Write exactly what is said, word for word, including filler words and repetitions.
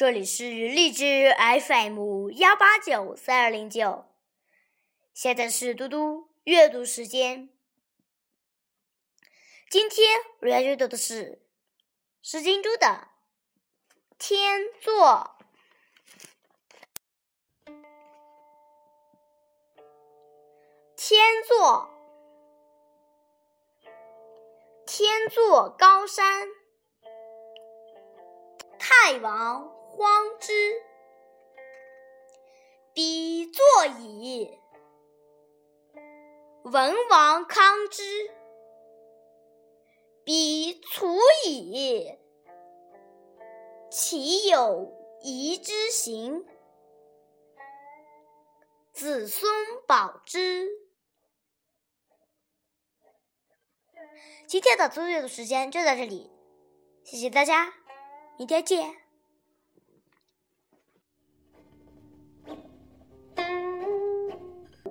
这里是荔枝 F M 幺八九三二零九，现在是嘟嘟阅读时间。今天我要阅读的是石金珠的《天作》。天作，天作高山，太王荒之。彼作矣，文王康之。彼处矣，其有宜之行。子孙保之。今天的读阅读时间就到这里，谢谢大家，明天见。